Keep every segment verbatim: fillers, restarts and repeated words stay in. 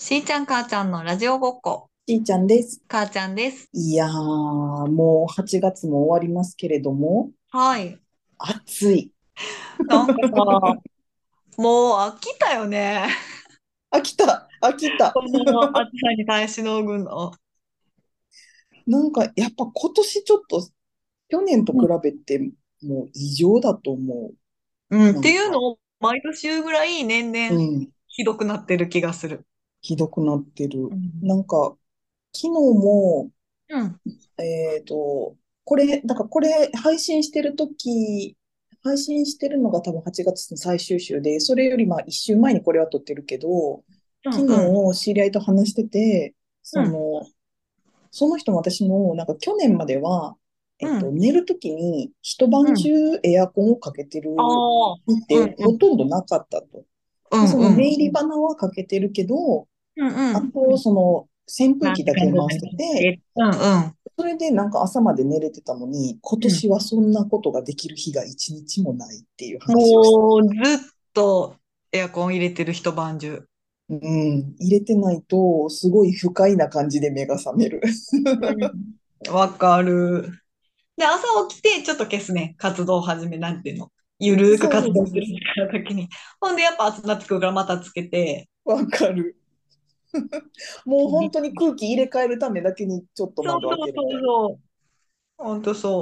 しーちゃん母ちゃんのラジオごっこ、 ちーちゃんです。 母ちゃんです。 いやー、もうはちがつも終わりますけれども、 はい。 暑い。 なんかさ、もう飽きたよね。 飽きた、飽きた。 この暑さに耐えしのぐの。 なんか、やっぱ今年ちょっと、去年と比うん、 べて、もう異常だと思う。 うんってなんか、 いうのを毎年言うぐらい年々 うん、 ひどくなってる気がする。 ひどくなってる。 うん。 なんか、昨日も、 うん。 えっと、これ、だからこれ配信してるとき、配信してるのが多分はちがつの最終週で、それよりまあいっ週前にこれは撮ってるけど、 うん。 昨うん。 日知り合いと話してて、 うん。 その、その人も私もなんか去年までは、えっと、 うん。 寝るときに一晩中うん。 エアコンをかけてるああ。 日っうん。 てほうん。 とんどなかったと。で、そうん。うん。 の寝入り花はかけてるけど、 うん。うん。 あと、その扇風何機だ時間ぐらいけ回してて、 で。うん。うん。 それでなんか朝まで寝れてたのに、今うん。 年はそんなことができる日が一日もないっていう話をして、 もうずっとエアコン入れてる一晩中。 うん、入れてないと、すごい不快な感じで目が覚める。 うん。わかる。で、朝起きてちょっと消すね。活動を始め、なんていうの。ゆるーくそうそ活動するうそうそうそときに。ほんで、やっぱ暑くなってくるからまたつけて。 う。わかる。もう本当に空気入れ替えるためだけにちょっとそう窓開そうそうけるみたいな。 そう。ほんとそう。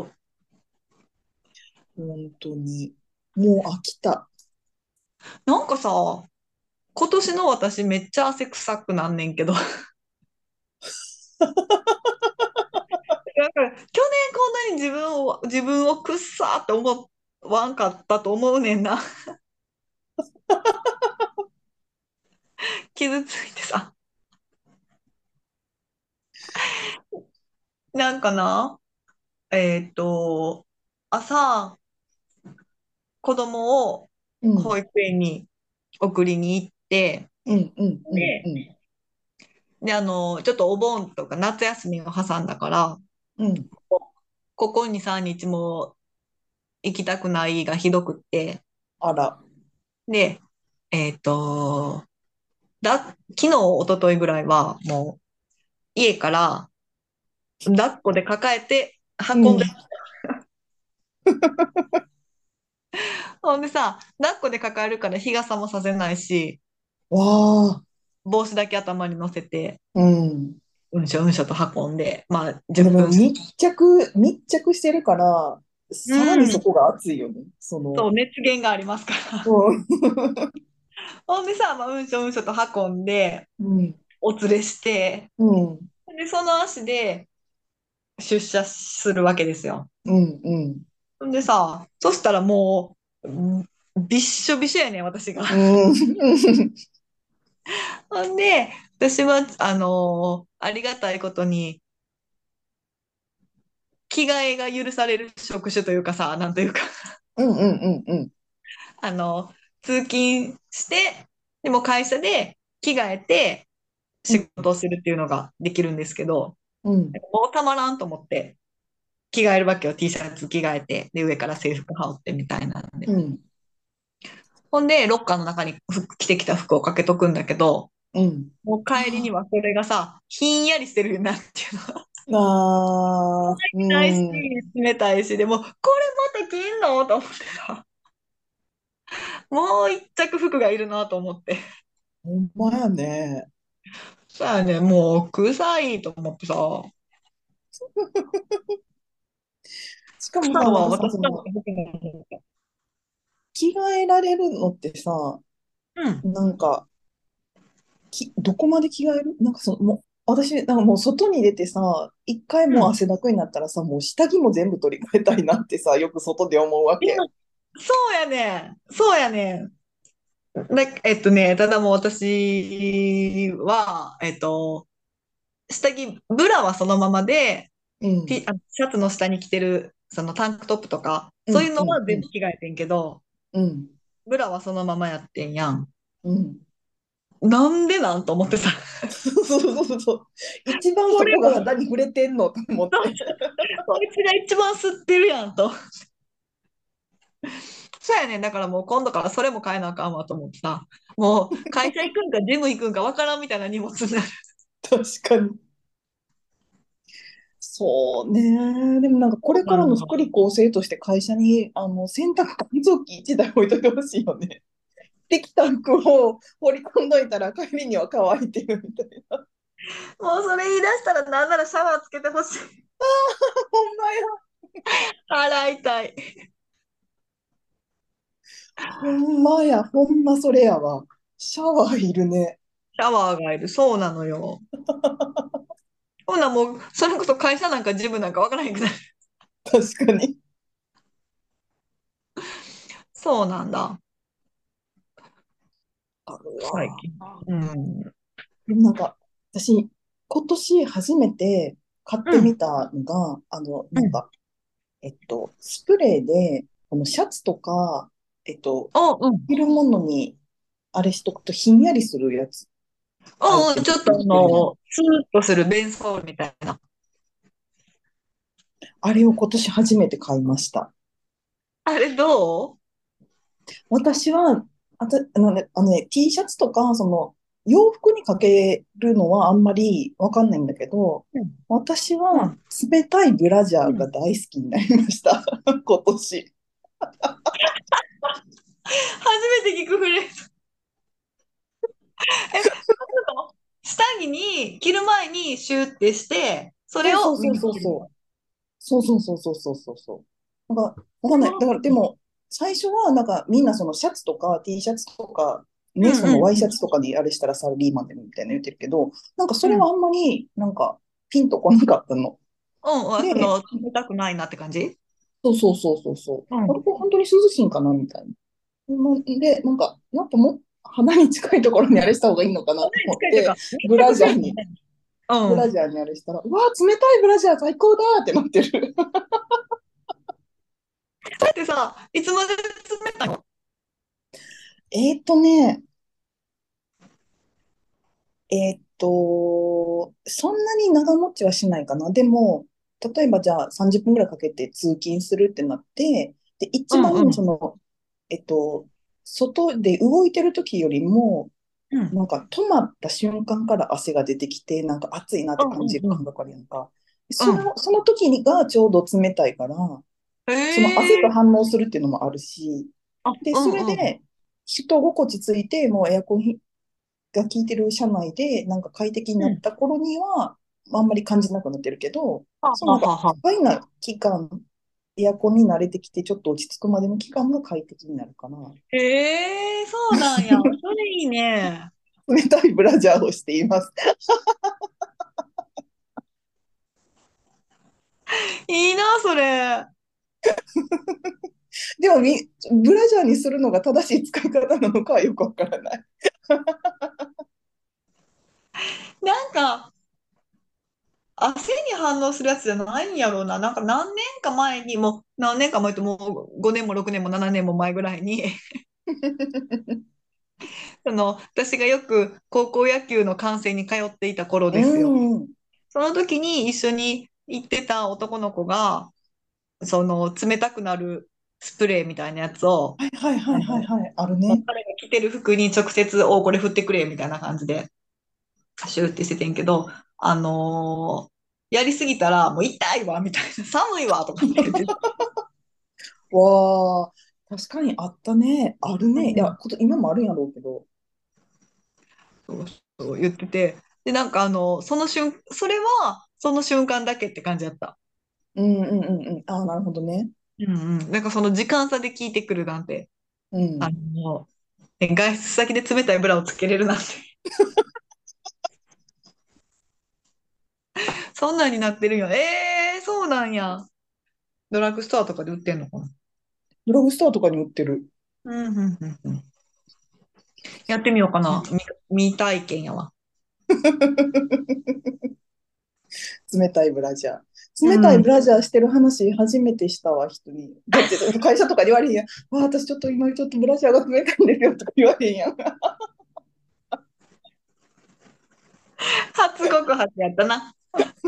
本当に。もう飽きた。 なんかさ、今年の私めっちゃ汗臭くなんねんけど。だから去年こんなに自分を、自分をくっさーって思わんかったと思うねんな。傷ついてさ。なんかな、えーっと、朝、子供をうん。 保育園に送りに行って、 うんうんうんうで、 ん。 で、あの、ちょっとお盆とか夏休みを挟んだから、 うん。 ここに、さんにちも行きたくないがひどくって、 あら。 で、えっと、だ、昨日、一昨日ぐらいは、もう、家から抱っこで抱えてうん。 運んで、ほんでさ、抱っこで抱えるから日傘もさせないし、 わあ。 帽子だけ頭に乗せて、 うん。 うんしょうんしょと運んで、まあ、10 でも分。 密着、密着してるから、 うさらにそん。 こが熱いよね。その、 そう、熱源がありますから。 うん。 ほんでさ、まあ、うんしょうんしょと運んで、 うん。 お連れして、 うん。 で、その足で出社するわけですよ。 うん。うん。 ほんでさ、そしたらもう、うんびっしょびしょやねん、私が。 うん。 ほんで、私は、あのーありがたいことに、着替えが許される職種というかさ、なんというか、 うん。うん。うん。 あの、通勤して、でも会社で着替えてうん。 仕事をするっていうのができるんですけど、 うん。 もうたまらんと思って、着替えるわけよ。T シャツ着替えて、で、上から制服羽織ってみたいなんで。 うん。うんほんで、ロッカーの中に服着てきた服をかけとくんだけど、 うん。 もう帰りにはそれがさ、ひんやりしてるよなっていうの。 ああ、うないし、 ん。 冷たいし、でも、これまた着んのと思ってさ、もう一着服がいるなと思って。 ほんまやね。 さあね、もう臭いと思ってさ、 しかもさ、なん臭いはかさ、 私だってその、 服なんだ。 着替えられるのってさ、 うん。 なんか、き、どこまで着替えるなんかその、もう、私、なんかもう外に出てさ、一回うん。 もう汗だくになったらさ、もう下着も全部取り替えたいなってさ、よく外で思うわいや、 け。 そうやねん。そうやねん。だ、えっとね、ただもう私は、えっと、下着、ブラはそのままで、 うん。 T、あシャツの下に着てる、そのタンクトップとか、 うん、 そういうのうん、 は全部うん、 着替えてんけど、 うん、 ブラはそのままやってんやん。 うん。 なんでなんと思ってさ、 そうそうそうそう。一番そこがこれも、 肌に触れてんのと思って。 こいつが一番吸ってるやんと。 そうやねん。だからもう今度からそれも変えなあかんわと思ってさ。もう会社行くんかジム行くんかわからんみたいな荷物になる。 確かに。そうね。でもなんかこれかそうなの。 らの福利厚生として会社にあの洗濯乾燥機いちだい置いといてほしいよね。できた服を放り込んどいたら帰りには乾いてるみたいな。 もうそれ言い出したらなんならシャワーつけてほしい。 ほんまや。 洗いたい。 ほんまや。ほんまそれやわ。シャワーいるね。 シャワーがいる。そうなのよ。ほなもう、それこそ会社なんかジムなんかわからへんくなる。 確かに。 そうなんだ。 あるわ。 最近。うん。 でもなんか、私、今年初めて買ってうん。 みたのが、あの、 うん。 なんか、えっと、スプレーで、このシャツとか、えっと、 お、うん。 着るものに、あれしとくとひんやりするやつ、アイお、うん。 テムちょっとあ売ってるやん。 の、スーッとするベンソールみたいな。 あれを今年初めて買いました。 あれどう？ 私は、あた、あのね、あのね、T シャツとか、その、洋服にかけるのはあんまりわかんないんだけど、 うん。 私はうん。 冷たいブラジャーがうん。 大好きになりました。今年。 初めて聞くフレーズ。え、そうの下着に着る前にシューってして、それそうそうそうを身にそうそう。 着けるの。 そうそうそうそうそうそうそう。なんか、わかんない。だから、でうも、最初は、なんか、みんなそのシャツとか T シャツとか、ね、 んそのワイシャうんツとかにあれしたらサラリーマンでもみたいな言ってるけど、なんかそうん。 れはあんまり、なんか、ピンとこなかったの。 うん、あそで、 の、冷たくないなって感じ？ そうそうそうそうそう。あれ、 うん。 これ本当に涼しいんかなみたいな。うんで、なんか、やっぱもう、鼻に近いところにあれした方がいいのかなと思って、 近いというか、密ブラ着ジャーに、 せえへんね。うん。 ブラジャーにあれしたら、うわー、冷たいブラジャー最高だーってなってる。 だってさ、いつまで冷たいの？ えーっとね、えーっと、そんなに長持ちはしないかな。でも、例えばじゃあさんじゅっぷんぐらいかけて通勤するってなって、で、一うんうん。 番その、えっと、外で動いてる時よりも、 うん。 なんか止まった瞬間から汗が出てきて、なんか暑いなっうんて感じるうん感覚あるやんか。 うん。 その、その時にがちょうど冷たいから、 へその汗とえ。 反応するっていうのもあるし、 あ、 で、 うそんうん。 れで、人心地ついて、もうエアコンが効いてる車内で、なんか快適になうん。 った頃には、あんまり感じなくなってるけど、 はそのなんか、 ははは。 不快な期間、エアコンに慣れてきて、ちょっと落ち着くまでの期間が快適になるかな。 へえ、そうなんや。それいいね。 冷たいブラジャーをしています。 いいな、それ。 でもみ、ブラジャーにするのが正しい使い方なのかはよくわからない。 なんか、汗に反応するやつじゃないんやろうな。なんか何年か前に、もう何年か前ってもうごねんもろくねんもななねんも前ぐらいに、その、私がよく高校野球の観戦に通っていた頃うですよ。 ん。 その時に一緒に行ってた男の子が、その冷たくなるスプレーみたいなやつを、 はいはいはいはいあの、 はい。あるね。 彼が着てる服に直接、お、これ振ってくれ、みたいな感じで、シューってしててんけど、あのーやりすぎたら、もう痛いわ、みたいな、寒いわ、とかって言って、 わあ、確かにあったね。あるね。いや、 うん、 こと今もあるんやろうけど。 そうそう言ってて、で、なんかあの、その瞬、それは、その瞬間だけって感じだった。 うんうんうんうん。ああ、なるほどね。 うんうん。なんかその時間差で聞いてくるなんて、あうん。 の、ね外出先で冷たいブラをつけれるなんて、そんなんになってるよ。えー、そうなんや。ドラッグストアとかで売ってんのかな？ ドラッグストアとかに売ってる。 うん、うん、うん、うん。やってみようかな。 ね。 み未体験やわ。 冷たいブラジャー。 う冷たいん。 ブラジャーしてる話初めてしたわ、人に。だって会社とかで言われへんやん。あ、私ちょっと今ちょっとブラジャーが冷たいんですよとか言われへんやん。 初告白やったな。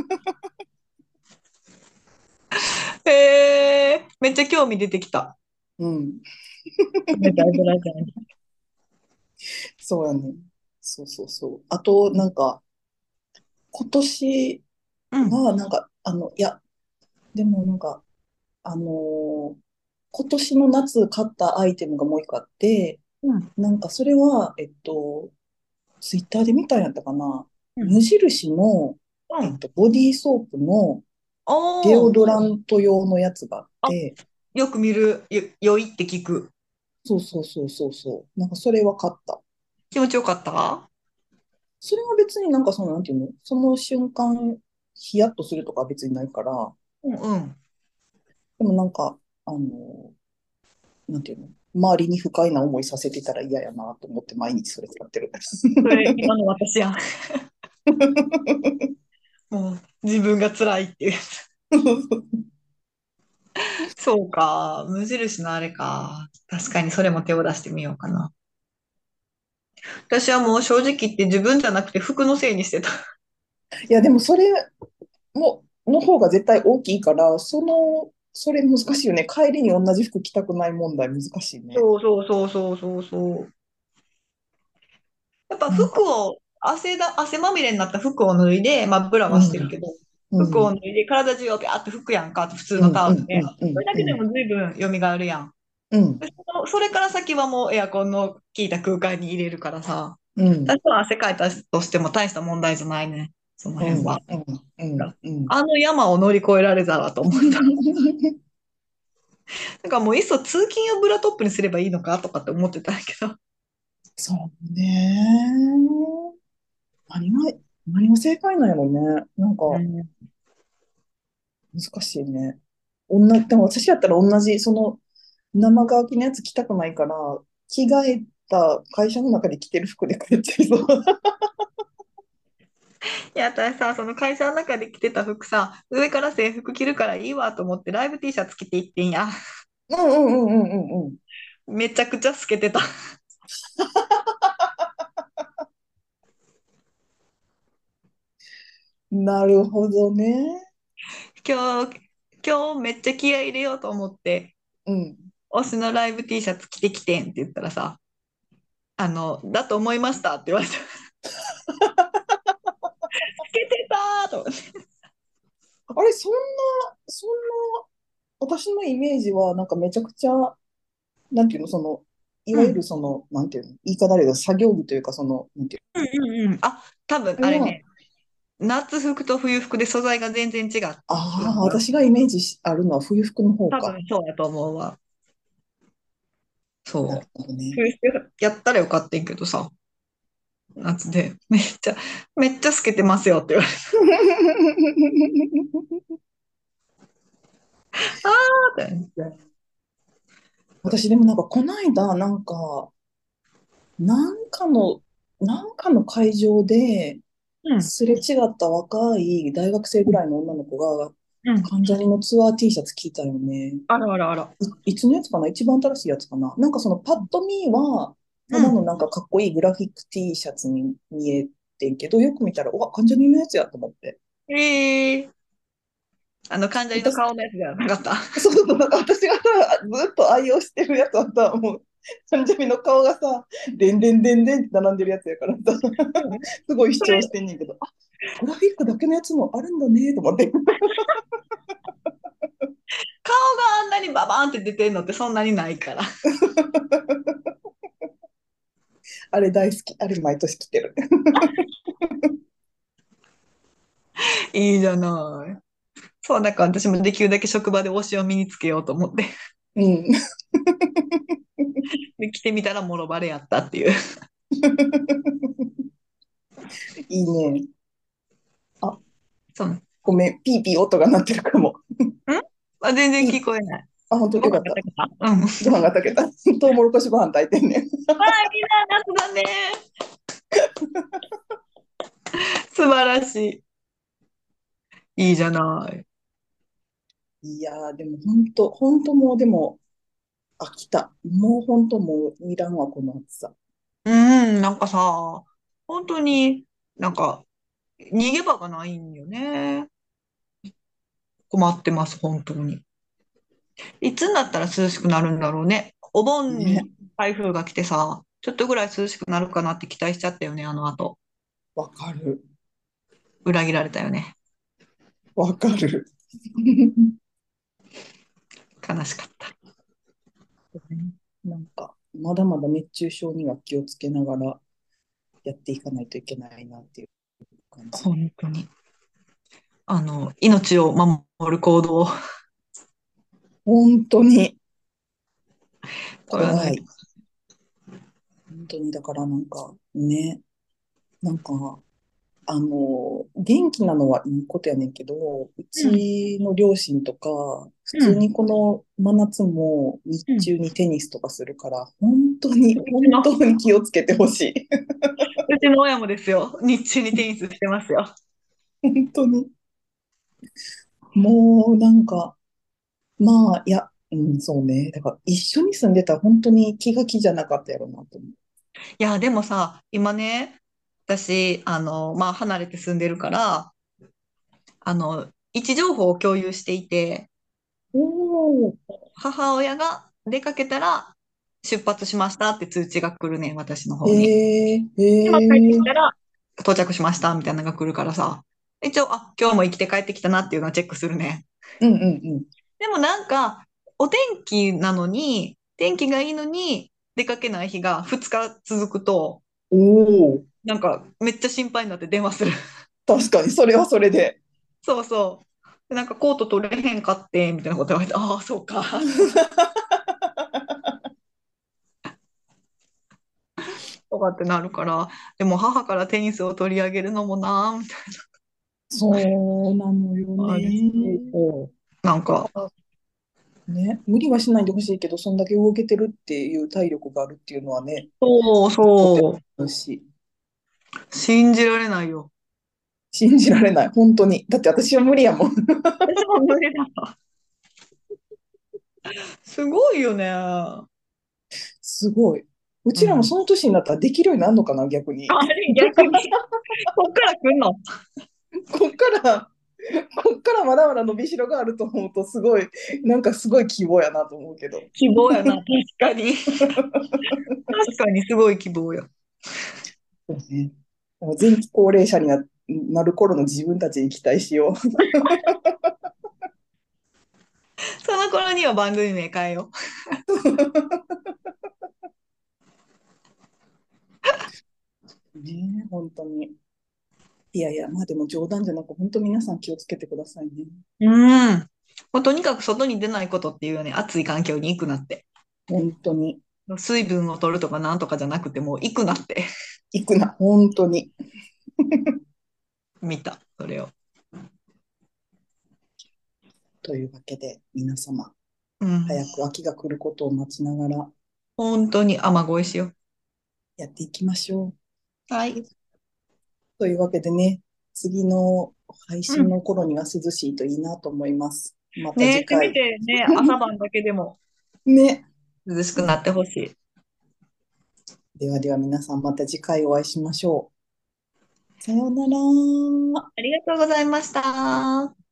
へえー、めっちゃ興味出てきた。 うん。 冷たいブラジャーに。 そうやね。そうそうそう。あと、なんか、今年うん。 は、なんか、あの、いや、でもなんか、あのー今年の夏買ったアイテムがもう一個あって、 うん。 なんかそれは、えっと、ツイッターで見たんやったかな。 うん。 無印の、 うん。 えっと、ボディーソープのデオおー。 ドラント用のやつがあっあ、 て、 よく見る。よ、良いって聞く。 そうそうそうそうそう。なんかそれは買った。 気持ちよかった？ それは別になんかその、なんていうの、その瞬間、ヒヤッとするとかは別にないから、 うんうん。 でもなんか、あの、なんていうの、周りに不快な思いさせてたら嫌やなと思って毎日それ使ってる。 それ、今の私やん。もう、自分が辛いっていう。そうか。無印のあれか。確かにそれも手を出してみようかな。私はもう正直言って自分じゃなくて服のせいにしてた。 いや、でもそれも、の方が絶対大きいから、その、それ難しいよね。帰りに同じ服着たくない問題難しいね。 そうそうそうそうそうそう。やっぱなんか、 服を、汗だ、汗まみれになった服を脱いで、まあブラはしてるうん、 けど、 うん、 服を脱いで体中をビャーって拭くやんか、普通のうん、うん、 タオルで。 うん、うん、 それだけでうん、 も随分蘇るやん。 うん、 でそのそれから先はもうエアコンの効いた空間に入れるからさ、 うん、 多少汗かいたとしても大した問題じゃないね。そのうん、 辺は。 うん、うん、うん。 あの山を乗り越えられたわと思った。なんかもういっそ通勤用ブラトップにすればいいのかとかって思ってたんやけど。 そうね。何が、何が正解なんやろうね。なんか、 うん。 難しいね。同じ、でも私やったら同じ、その、生乾きのやつ着たくないから、着替えた会社の中で着てる服で帰っちゃいそう。 いや、私さ、その会社の中で着てた服さ、上から制服着るからいいわと思ってライブ T シャツ着て行ってんや。 うんうんうんうんうんめちゃくちゃ透けてた。 うん。なるほどね。 今日、今日めっちゃ気合い入れようと思って、 うん。 推しのライブ T シャツ着てきてんって言ったらさ、あの、だと思いましたって言われた。透けてたーと思って。 あれ、そんな、そんな、私のイメージは、なんかめちゃくちゃ、なんていうの、その、いわゆるうん。 その、なんていうの、言い方あれだけど、作業着というか、その、なんていううんうんうん。あ、多分の、あれは、 あれね、夏服と冬服で素材が全然違うああ、 から、 私がイメージしあるのは冬服の方多か。 分そうやと思うわ。 なるそう。 ほどね。 冬服やったらよかったんけどさ、夏で、めっちゃ、めっちゃ透けてますよって言われた。あーって。 私でもなんか、こないだ、なんか、なんかの、なんかの会場で、 うん。 すれ違った若い大学生ぐらいの女の子が、 うん。 関ジャニのツアー T シャツ着たよね。 あらあらあら。 い、いつのやつかな、一番新しいやつかな。なんかそのパッと見は、ただのうん。 なんかかっこいいグラフィック T シャツに見えてんけど、よく見たら、うわ、関ジャニのやつやと思って。 ええー、あの、関ジャニの私、 顔のやつじゃなかった。 そうそうそう、なんか私がさ、ずっと愛用してるやつはさ、もう、関ジャニの顔がさ、でんでんでんでんって並んでるやつやからさ、 うん。 すごい主それ、 張してんねんけど、あ、グラフィックだけのやつもあるんだね、と思って。 顔があんなにババーンって出てんのってそんなにないから。 あれ大好き。あれ毎年着てる。 いいじゃない。そう、だから私もできるだけ職場で推しを身につけようと思って。 うん。 で、着てみたらもろバレやったっていう。 いいね。あ、 そう。んごめん。ピーピー音が鳴ってるかも。 あ、全然ピー、 聞こえない。 あ、本当ご飯よかった。 が炊けた。うん。あご飯が炊けた。トウモロコシご飯炊いてんねん。 あ、いいな、夏だね。素晴らしい。いいじゃない。 いやー、でも本当、本当もうでも飽きた。もう本当もういらんわ、この暑さ。 うん、なんかさ、本当になんか逃げ場がないんよね。困ってます、本当に。 いつになったら涼しくなるんだろうね。お盆ね、 に台風が来てさ、ちょっとぐらい涼しくなるかなって期待しちゃったよね、あの後。 わかる。 裏切られたよね。 わかる。 悲しかった。 ね、なんか、まだまだ熱中症には気をつけながらやっていかないといけないなっていう感じ。 本当に。あの、命を守る行動を本当に取らないと。 怖い。本当に、だからなんかね、なんか、あの、元気なのはいいことやねんけど、ううん、 ちの両親とか、普うん、 通にこの真夏も日うん。 中にテニスとかするから、本当に、 うちの、 本当に気をつけてほしい。 うちの親もですよ。日中にテニスしてますよ。 本当に。もうなんか、まあ、いや、うん、そうね。だから一緒に住んでたら本当に気が気じゃなかったやろうなと思う。 いや、でもさ、今ね、私、あの、まあ、離れて住んでるから、あの、位置情報を共有していて、 おー、 母親が出かけたら出発しましたって通知が来るね、私のへ方に。 え、へで、まあ、帰ってきたえ、 ら到着しましたみたいなのが来るからさ、一応、あ、今日も生きて帰ってきたなっていうのはチェックするね。 うんうんでもなんか、お天気なのに、天気がいいのに出かけない日がふつか続くと、 うん。おお、 なんかめっちゃ心配になって電話する。 確かに、それはそれで。 そうそう。でなんかコート取れへんかって、みたいなこと言われて、ああ、そうか。とかってなるから、でも母からテニスを取り上げるのもなーみたいそうなのよなのあるし、 ね。 なんか、 だからね、無理はしないでほしいけど、そんだけ動けてるっていう体力があるっていうのはね、 そうとてそう、 もし、 信じられないよ。 信じられない、本当に。だって私は無理やもん。 私も無理だわ。すごいよね。あすごい。うちらもうん。 その年になったらできるようになるのかな、逆に。 あれ、逆に、こっから来んのこっから、こっからまだまだ伸びしろがあると思うと、すごい、なんかすごい希望やなと思うけど。 希望やな、確かに。確かにすごい希望よ。 そうね。もう前期高齢者にな、なる頃の自分たちに期待しよその頃には番組名変えよう。ねえ、本当に。いやいや、まあでも冗談じゃなく、本当皆さん気をつけてくださいね。 う。うん。もうとにかく外に出ないことっていうよね、暑い環境に行くなって。 本当に。 水分を取るとかなんとかじゃなくてもう行くなって行くな、本当に。 見た、それを。 というわけで、皆様、 うん。 早く秋が来ることを待ちながら本当に雨乞いしよやっていきましょう。 う。はい。 というわけでね、次の配うん。 信の頃には涼しいといいなと思います。またね、せめ次回。 てね、朝晩だけでもね。 涼しくなってほしい。 ではでは皆さんまた次回お会いしましょう。さようなら。 ありがとうございました。